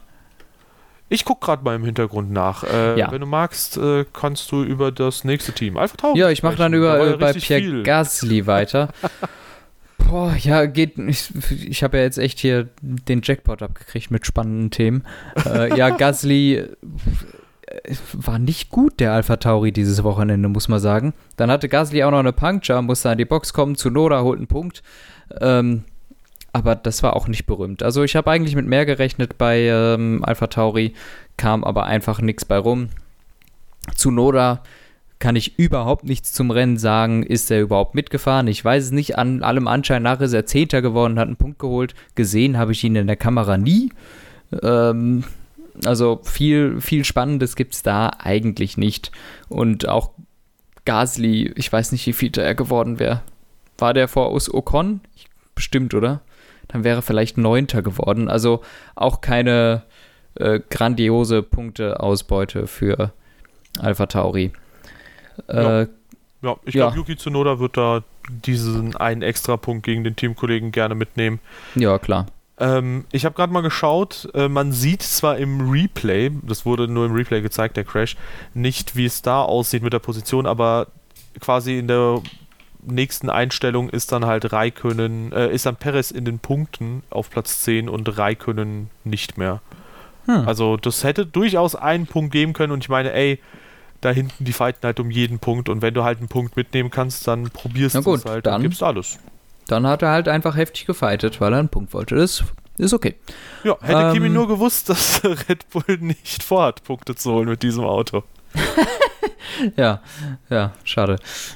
Ich gucke gerade mal im Hintergrund nach. Äh, ja. Wenn du magst, äh, kannst du über das nächste Team Alpha Tauri. Ja, ich mache dann über, ja bei Pierre viel. Gasly weiter. Boah, ja, geht. Ich, ich habe ja jetzt echt hier den Jackpot abgekriegt mit spannenden Themen. äh, ja, Gasly äh, war nicht gut, der Alpha Tauri dieses Wochenende, muss man sagen. Dann hatte Gasly auch noch eine Puncture, musste an die Box kommen, Tsunoda holt einen Punkt. Ähm, aber das war auch nicht berühmt. Also ich habe eigentlich mit mehr gerechnet bei ähm, Alpha Tauri, kam aber einfach nichts bei rum. Tsunoda kann ich überhaupt nichts zum Rennen sagen. Ist er überhaupt mitgefahren? Ich weiß es nicht. An allem Anschein nach ist er Zehnter geworden, hat einen Punkt geholt. Gesehen habe ich ihn in der Kamera nie. Ähm, also viel, viel Spannendes gibt es da eigentlich nicht. Und auch Gasly, ich weiß nicht, wie viel er geworden wäre. War der vor Ocon? Bestimmt, oder? Dann wäre vielleicht Neunter geworden. Also auch keine äh, grandiose Punkteausbeute für Alpha Tauri. Äh, ja. ja, ich ja. glaube, Yuki Tsunoda wird da diesen einen Extrapunkt gegen den Teamkollegen gerne mitnehmen. Ja, klar. Ähm, ich habe gerade mal geschaut, äh, man sieht zwar im Replay, das wurde nur im Replay gezeigt, der Crash, nicht, wie es da aussieht mit der Position, aber quasi in der nächsten Einstellung ist dann halt Räikkönen, äh, ist dann Perez in den Punkten auf Platz zehn und Räikkönen nicht mehr. Hm. Also das hätte durchaus einen Punkt geben können und ich meine, ey, da hinten, die fighten halt um jeden Punkt und wenn du halt einen Punkt mitnehmen kannst, dann probierst du es halt dann, und gibst alles. Dann hat er halt einfach heftig gefightet, weil er einen Punkt wollte. Das ist okay. Ja, hätte ähm, Kimi nur gewusst, dass Red Bull nicht vorhat, Punkte zu holen mit diesem Auto. ja, ja, schade.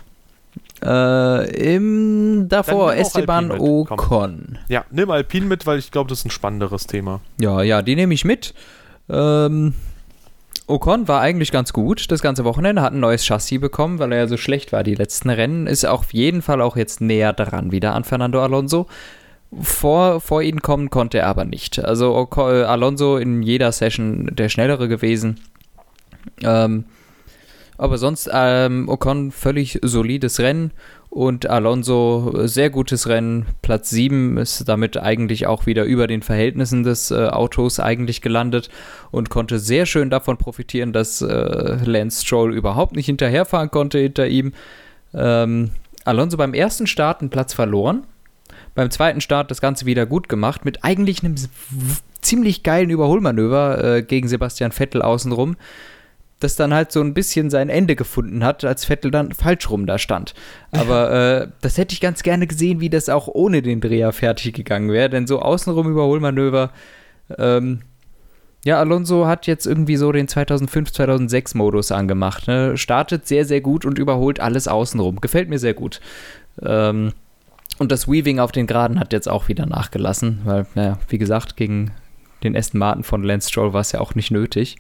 Äh, im davor Esteban Ocon. Ja, nimm Alpine mit, weil ich glaube, das ist ein spannenderes Thema. Ja, ja, die nehme ich mit. Ähm, Ocon war eigentlich ganz gut das ganze Wochenende, hat ein neues Chassis bekommen, weil er ja so schlecht war die letzten Rennen. Ist auf jeden Fall auch jetzt näher dran wieder an Fernando Alonso. Vor, vor ihn kommen konnte er aber nicht. Also Ocon, Alonso in jeder Session der Schnellere gewesen. Ähm, aber sonst ähm, Ocon völlig solides Rennen und Alonso sehr gutes Rennen. Platz sieben ist damit eigentlich auch wieder über den Verhältnissen des äh, Autos eigentlich gelandet und konnte sehr schön davon profitieren, dass äh, Lance Stroll überhaupt nicht hinterherfahren konnte hinter ihm. Ähm, Alonso beim ersten Start einen Platz verloren. Beim zweiten Start das Ganze wieder gut gemacht mit eigentlich einem ziemlich geilen Überholmanöver äh, gegen Sebastian Vettel außenrum, das dann halt so ein bisschen sein Ende gefunden hat, als Vettel dann falsch rum da stand. Aber äh, das hätte ich ganz gerne gesehen, wie das auch ohne den Dreher fertig gegangen wäre, denn so außenrum Überholmanöver, ähm, ja, Alonso hat jetzt irgendwie so den zweitausendfünf, zweitausendsechs Modus angemacht, ne? Startet sehr, sehr gut und überholt alles außenrum. Gefällt mir sehr gut. Ähm, und das Weaving auf den Geraden hat jetzt auch wieder nachgelassen, weil, naja, wie gesagt, gegen den Aston Martin von Lance Stroll war es ja auch nicht nötig.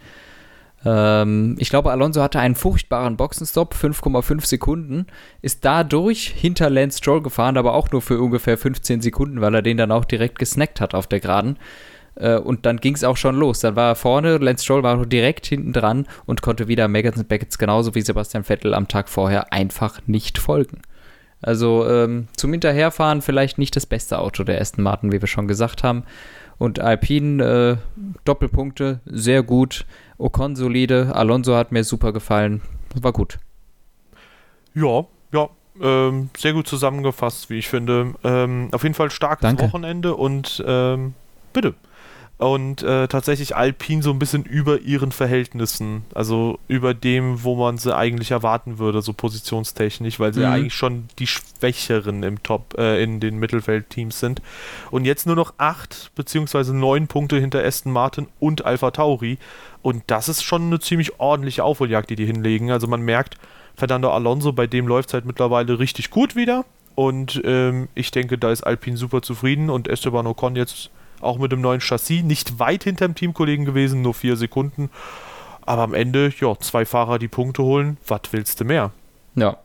Ich glaube, Alonso hatte einen furchtbaren Boxenstopp, fünf Komma fünf Sekunden, ist dadurch hinter Lance Stroll gefahren, aber auch nur für ungefähr fünfzehn Sekunden, weil er den dann auch direkt gesnackt hat auf der Geraden. Und dann ging es auch schon los. Dann war er vorne, Lance Stroll war direkt hinten dran und konnte wieder Maggots und Beckett genauso wie Sebastian Vettel am Tag vorher einfach nicht folgen. Also ähm, zum Hinterherfahren vielleicht nicht das beste Auto der Aston Martin, wie wir schon gesagt haben. Und Alpine, äh, Doppelpunkte, sehr gut. Ocon solide, Alonso hat mir super gefallen. War gut. Ja, ja, ähm, sehr gut zusammengefasst, wie ich finde. Ähm, auf jeden Fall starkes Danke. Wochenende und ähm, bitte. Und äh, tatsächlich Alpine so ein bisschen über ihren Verhältnissen, also über dem, wo man sie eigentlich erwarten würde, so positionstechnisch, weil sie mhm. ja eigentlich schon die Schwächeren im Top, äh, in den Mittelfeldteams sind. Und jetzt nur noch acht beziehungsweise neun Punkte hinter Aston Martin und Alpha Tauri. Und das ist schon eine ziemlich ordentliche Aufholjagd, die die hinlegen. Also man merkt, Fernando Alonso, bei dem läuft es halt mittlerweile richtig gut wieder. Und ähm, ich denke, da ist Alpine super zufrieden und Esteban Ocon jetzt auch mit dem neuen Chassis, nicht weit hinterm Teamkollegen gewesen, nur vier Sekunden. Aber am Ende, ja, zwei Fahrer die Punkte holen, was willst du mehr? Ja.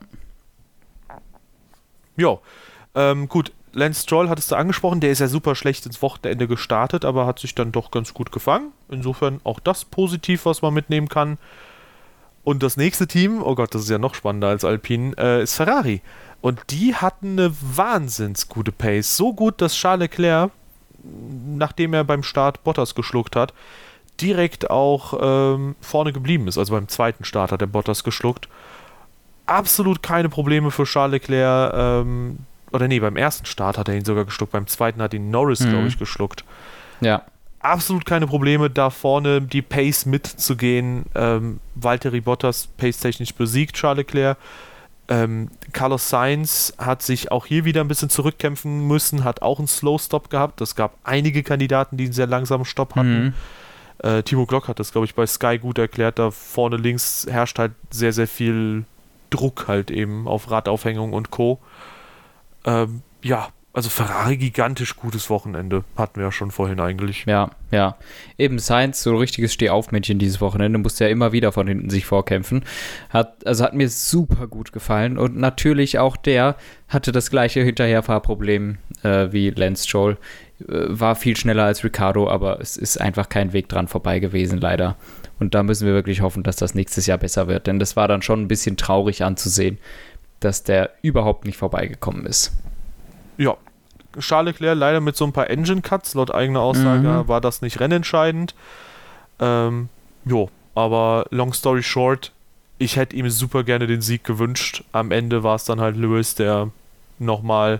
Ja, ähm, gut, Lance Stroll hattest du angesprochen, der ist ja super schlecht ins Wochenende gestartet, aber hat sich dann doch ganz gut gefangen. Insofern auch das positiv, was man mitnehmen kann. Und das nächste Team, oh Gott, das ist ja noch spannender als Alpine, äh, ist Ferrari. Und die hatten eine wahnsinns gute Pace. So gut, dass Charles Leclerc, nachdem er beim Start Bottas geschluckt hat, direkt auch ähm, vorne geblieben ist. Also beim zweiten Start hat er Bottas geschluckt. Absolut keine Probleme für Charles Leclerc. Ähm, oder nee, beim ersten Start hat er ihn sogar geschluckt. Beim zweiten hat ihn Norris, mhm. glaube ich, geschluckt. Ja. Absolut keine Probleme, da vorne die Pace mitzugehen. Ähm, Valtteri Bottas pace-technisch besiegt Charles Leclerc. Ähm, Carlos Sainz hat sich auch hier wieder ein bisschen zurückkämpfen müssen, hat auch einen Slow-Stop gehabt. Es gab einige Kandidaten, die einen sehr langsamen Stopp hatten. Mhm. Äh, Timo Glock hat das, glaube ich, bei Sky gut erklärt. Da vorne links herrscht halt sehr, sehr viel Druck halt eben auf Radaufhängung und Co. Ähm, ja, also Ferrari gigantisch gutes Wochenende. Hatten wir ja schon vorhin eigentlich. Ja, ja. Eben Sainz, so ein richtiges Stehaufmännchen dieses Wochenende, musste ja immer wieder von hinten sich vorkämpfen. Hat, also hat mir super gut gefallen. Und natürlich auch der hatte das gleiche Hinterherfahrproblem äh, wie Lance Stroll. Äh, war viel schneller als Ricciardo, aber es ist einfach kein Weg dran vorbei gewesen, leider. Und da müssen wir wirklich hoffen, dass das nächstes Jahr besser wird. Denn das war dann schon ein bisschen traurig anzusehen, dass der überhaupt nicht vorbeigekommen ist. Ja, Charles Leclerc leider mit so ein paar Engine-Cuts, laut eigener Aussage mhm. war das nicht rennentscheidend. Ähm, jo, aber long story short, ich hätte ihm super gerne den Sieg gewünscht. Am Ende war es dann halt Lewis, der nochmal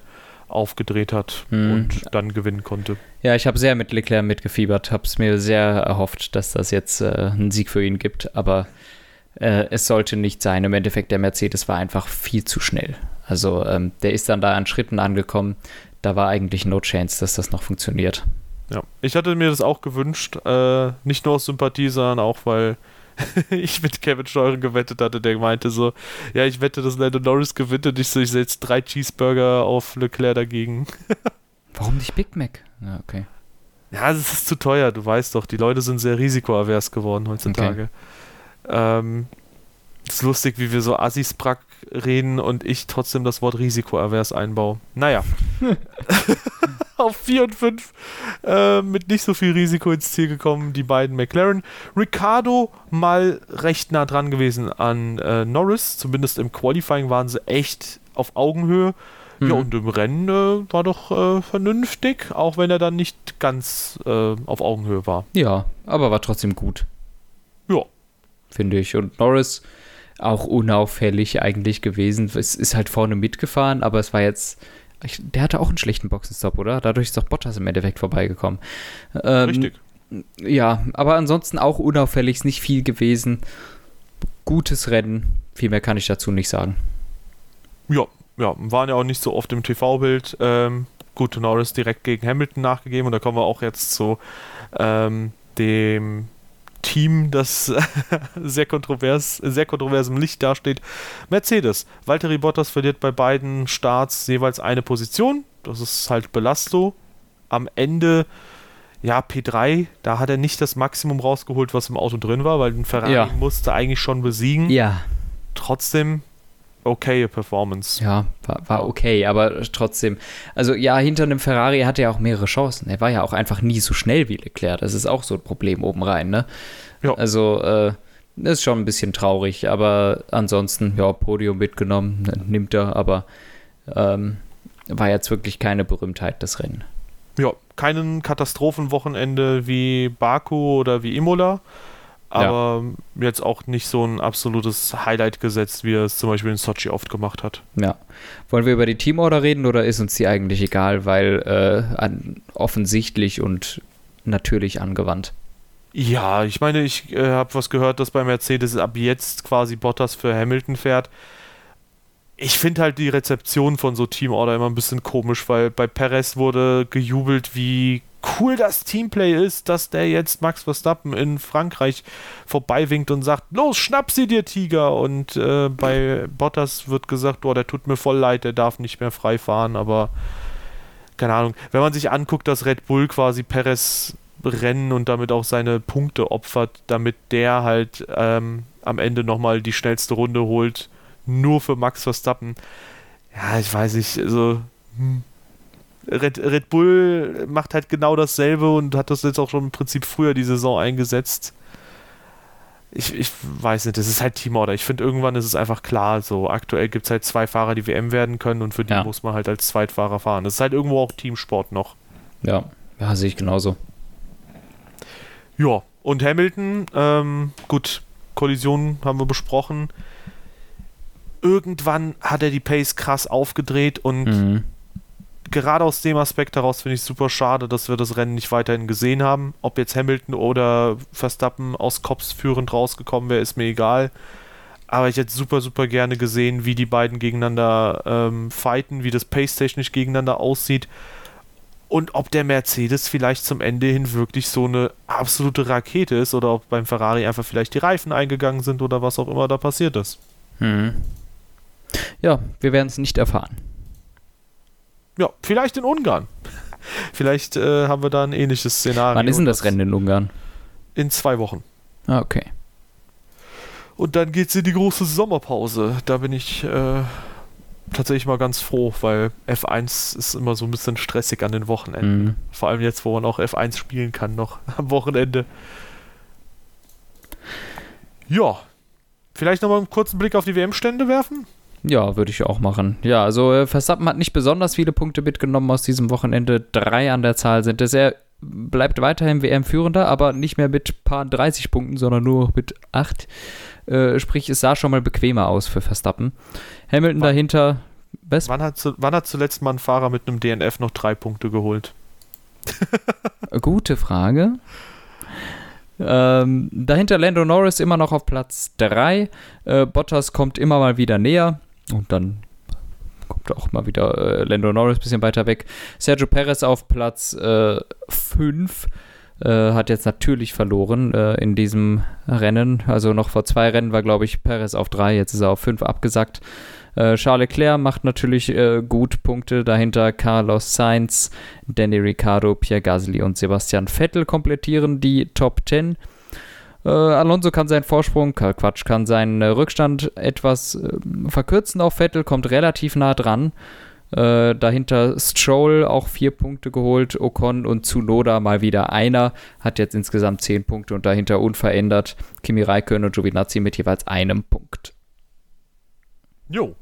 aufgedreht hat hm. und dann gewinnen konnte. Ja, ich habe sehr mit Leclerc mitgefiebert, habe es mir sehr erhofft, dass das jetzt äh, einen Sieg für ihn gibt, aber äh, es sollte nicht sein. Im Endeffekt, der Mercedes war einfach viel zu schnell. Also ähm, der ist dann da an Schritten angekommen, da war eigentlich no chance, dass das noch funktioniert. Ja, ich hatte mir das auch gewünscht, äh, nicht nur aus Sympathie, sondern auch, weil ich mit Kevin Steuren gewettet hatte, der meinte so, ja, ich wette, dass Lando Norris gewinnt und ich so, ich setze drei Cheeseburger auf Leclerc dagegen. Warum nicht Big Mac? Ja, okay. Ja, es ist zu teuer, du weißt doch, die Leute sind sehr risikoavers geworden heutzutage. Okay. Ähm, es ist lustig, wie wir so Assi-Sprack reden und ich trotzdem das Wort risikoavers einbaue. Naja. Auf vier und fünf äh, mit nicht so viel Risiko ins Ziel gekommen, die beiden McLaren. Ricciardo mal recht nah dran gewesen an äh, Norris, zumindest im Qualifying waren sie echt auf Augenhöhe. Mhm. Ja, und im Rennen äh, war doch äh, vernünftig, auch wenn er dann nicht ganz äh, auf Augenhöhe war. Ja, aber war trotzdem gut. Ja. Finde ich. Und Norris auch unauffällig eigentlich gewesen. Es ist halt vorne mitgefahren, aber es war jetzt... Ich, der hatte auch einen schlechten Boxenstopp, oder? Dadurch ist doch Bottas im Endeffekt vorbeigekommen. Ähm, Richtig. Ja, aber ansonsten auch unauffällig, ist nicht viel gewesen. Gutes Rennen, viel mehr kann ich dazu nicht sagen. Ja, ja, waren ja auch nicht so oft im T V-Bild. Ähm, gut, Norris direkt gegen Hamilton nachgegeben und da kommen wir auch jetzt zu ähm, dem Team, das sehr kontrovers, sehr kontroversem Licht dasteht. Mercedes. Valtteri Bottas verliert bei beiden Starts jeweils eine Position. Das ist halt Belasto. Am Ende, ja, P drei, da hat er nicht das Maximum rausgeholt, was im Auto drin war, weil den Ferrari ja. musste eigentlich schon besiegen. Ja. Trotzdem okaye Performance. Ja, war, war okay, aber trotzdem. Also ja, hinter einem Ferrari hatte er auch mehrere Chancen. Er war ja auch einfach nie so schnell wie Leclerc. Das ist auch so ein Problem oben rein, ne? Ja. Also, äh, ist schon ein bisschen traurig, aber ansonsten, ja, Podium mitgenommen, nimmt er, aber ähm, war jetzt wirklich keine Berühmtheit, das Rennen. Ja, kein Katastrophenwochenende wie Baku oder wie Imola. Aber ja. jetzt auch nicht so ein absolutes Highlight gesetzt, wie er es zum Beispiel in Sochi oft gemacht hat. Ja. Wollen wir über die Teamorder reden oder ist uns die eigentlich egal, weil äh, an, offensichtlich und natürlich angewandt? Ja, ich meine, ich äh, habe was gehört, dass bei Mercedes ab jetzt quasi Bottas für Hamilton fährt. Ich finde halt die Rezeption von so Teamorder immer ein bisschen komisch, weil bei Perez wurde gejubelt, wie cool das Teamplay ist, dass der jetzt Max Verstappen in Frankreich vorbeiwinkt und sagt, los, schnapp sie dir, Tiger. Und äh, bei Bottas wird gesagt, oh, der tut mir voll leid, der darf nicht mehr frei fahren, aber keine Ahnung. Wenn man sich anguckt, dass Red Bull quasi Perez Rennen und damit auch seine Punkte opfert, damit der halt ähm, am Ende nochmal die schnellste Runde holt, nur für Max Verstappen. Ja, ich weiß nicht, also hm. Red, Red Bull macht halt genau dasselbe und hat das jetzt auch schon im Prinzip früher die Saison eingesetzt. Ich, ich weiß nicht, das ist halt Teamorder. Ich finde, irgendwann ist es einfach klar, so aktuell gibt es halt zwei Fahrer, die W M werden können und für die ja. muss man halt als Zweitfahrer fahren. Das ist halt irgendwo auch Teamsport noch. Ja, ja, sehe ich genauso. Ja, und Hamilton, ähm, gut, Kollision haben wir besprochen. Irgendwann hat er die Pace krass aufgedreht und mhm. gerade aus dem Aspekt heraus finde ich es super schade, dass wir das Rennen nicht weiterhin gesehen haben. Ob jetzt Hamilton oder Verstappen aus Cops führend rausgekommen wäre, ist mir egal. Aber ich hätte super, super gerne gesehen, wie die beiden gegeneinander ähm, fighten, wie das pace-technisch gegeneinander aussieht. Und ob der Mercedes vielleicht zum Ende hin wirklich so eine absolute Rakete ist oder ob beim Ferrari einfach vielleicht die Reifen eingegangen sind oder was auch immer da passiert ist. Hm. Ja, wir werden es nicht erfahren. Ja, vielleicht in Ungarn. Vielleicht äh, haben wir da ein ähnliches Szenario. Wann ist denn das Rennen in Ungarn? In zwei Wochen. Ah, okay. Und dann geht's in die große Sommerpause. Da bin ich äh, tatsächlich mal ganz froh, weil F eins ist immer so ein bisschen stressig an den Wochenenden. Mhm. Vor allem jetzt, wo man auch F eins spielen kann noch am Wochenende. Ja. Vielleicht nochmal einen kurzen Blick auf die W M-Stände werfen? Ja, würde ich auch machen. Ja, also äh, Verstappen hat nicht besonders viele Punkte mitgenommen aus diesem Wochenende. Drei an der Zahl sind es. Er bleibt weiterhin W M-Führender, aber nicht mehr mit paar dreißig Punkten, sondern nur mit acht. Äh, sprich, es sah schon mal bequemer aus für Verstappen. Hamilton dahinter Was? Wann hat, zu, wann hat zuletzt mal ein Fahrer mit einem D N F noch drei Punkte geholt? Gute Frage. Ähm, dahinter Lando Norris immer noch auf Platz drei. Äh, Bottas kommt immer mal wieder näher. Und dann kommt auch mal wieder äh, Lando Norris ein bisschen weiter weg. Sergio Perez auf Platz fünf. Äh, hat jetzt natürlich verloren äh, in diesem Rennen. Also noch vor zwei Rennen war, glaube ich, Perez auf drei. Jetzt ist er auf fünf abgesackt. Äh, Charles Leclerc macht natürlich äh, gut Punkte. Dahinter Carlos Sainz, Danny Ricciardo, Pierre Gasly und Sebastian Vettel komplettieren die Top zehn. Äh, Alonso kann seinen Vorsprung, äh, Quatsch, kann seinen äh, Rückstand etwas äh, verkürzen auf Vettel, kommt relativ nah dran. Äh, dahinter Stroll auch vier Punkte geholt, Ocon und Tsunoda mal wieder einer, hat jetzt insgesamt zehn Punkte und dahinter unverändert Kimi Räikkönen und Giovinazzi mit jeweils einem Punkt. Jo.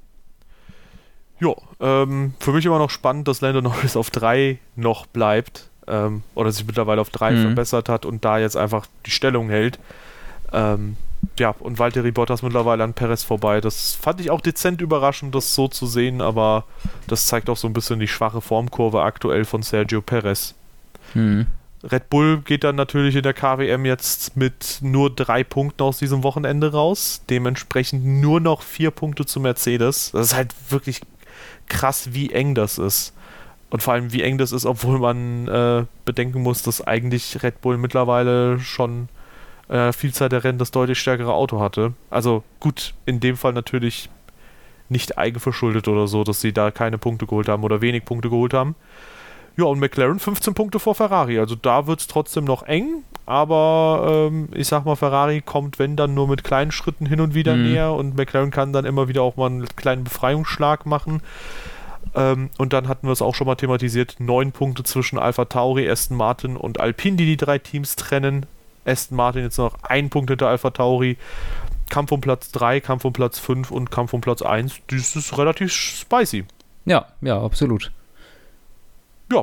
Jo, ähm, für mich immer noch spannend, dass Lando Norris auf drei noch bleibt ähm, oder sich mittlerweile auf drei mhm. verbessert hat und da jetzt einfach die Stellung hält. Ähm, ja, und Valtteri Bottas mittlerweile an Perez vorbei. Das fand ich auch dezent überraschend, das so zu sehen, aber das zeigt auch so ein bisschen die schwache Formkurve aktuell von Sergio Perez. Mhm. Red Bull geht dann natürlich in der K W M jetzt mit nur drei Punkten aus diesem Wochenende raus. Dementsprechend nur noch vier Punkte zu Mercedes. Das ist halt wirklich krass, wie eng das ist. Und vor allem, wie eng das ist, obwohl man äh, bedenken muss, dass eigentlich Red Bull mittlerweile schon äh, Vielzahl der Rennen das deutlich stärkere Auto hatte. Also gut, in dem Fall natürlich nicht eigenverschuldet oder so, dass sie da keine Punkte geholt haben oder wenig Punkte geholt haben. Ja, und McLaren fünfzehn Punkte vor Ferrari. Also da wird es trotzdem noch eng, aber ähm, ich sag mal, Ferrari kommt, wenn dann, nur mit kleinen Schritten hin und wieder mhm. näher und McLaren kann dann immer wieder auch mal einen kleinen Befreiungsschlag machen. Ähm, und dann hatten wir es auch schon mal thematisiert, neun Punkte zwischen AlphaTauri, Aston Martin und Alpine, die die drei Teams trennen. Aston Martin jetzt noch ein Punkt hinter AlphaTauri. Kampf um Platz drei, Kampf um Platz fünf und Kampf um Platz eins. Das ist relativ spicy. Ja, ja, absolut. Ja.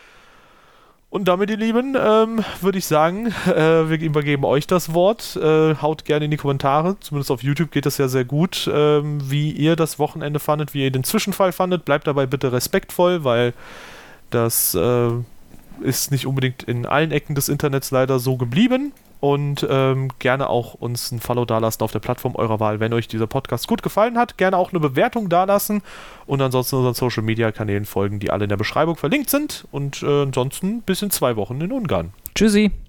Und damit, ihr Lieben, ähm, würde ich sagen, äh, wir übergeben euch das Wort. Äh, haut gerne in die Kommentare. Zumindest auf YouTube geht das ja sehr gut, ähm, wie ihr das Wochenende fandet, wie ihr den Zwischenfall fandet. Bleibt dabei bitte respektvoll, weil das äh, ist nicht unbedingt in allen Ecken des Internets leider so geblieben. Und ähm, gerne auch uns ein Follow dalassen auf der Plattform eurer Wahl, wenn euch dieser Podcast gut gefallen hat. Gerne auch eine Bewertung dalassen und ansonsten unseren Social Media Kanälen folgen, die alle in der Beschreibung verlinkt sind. Und äh, ansonsten bis in zwei Wochen in Ungarn. Tschüssi.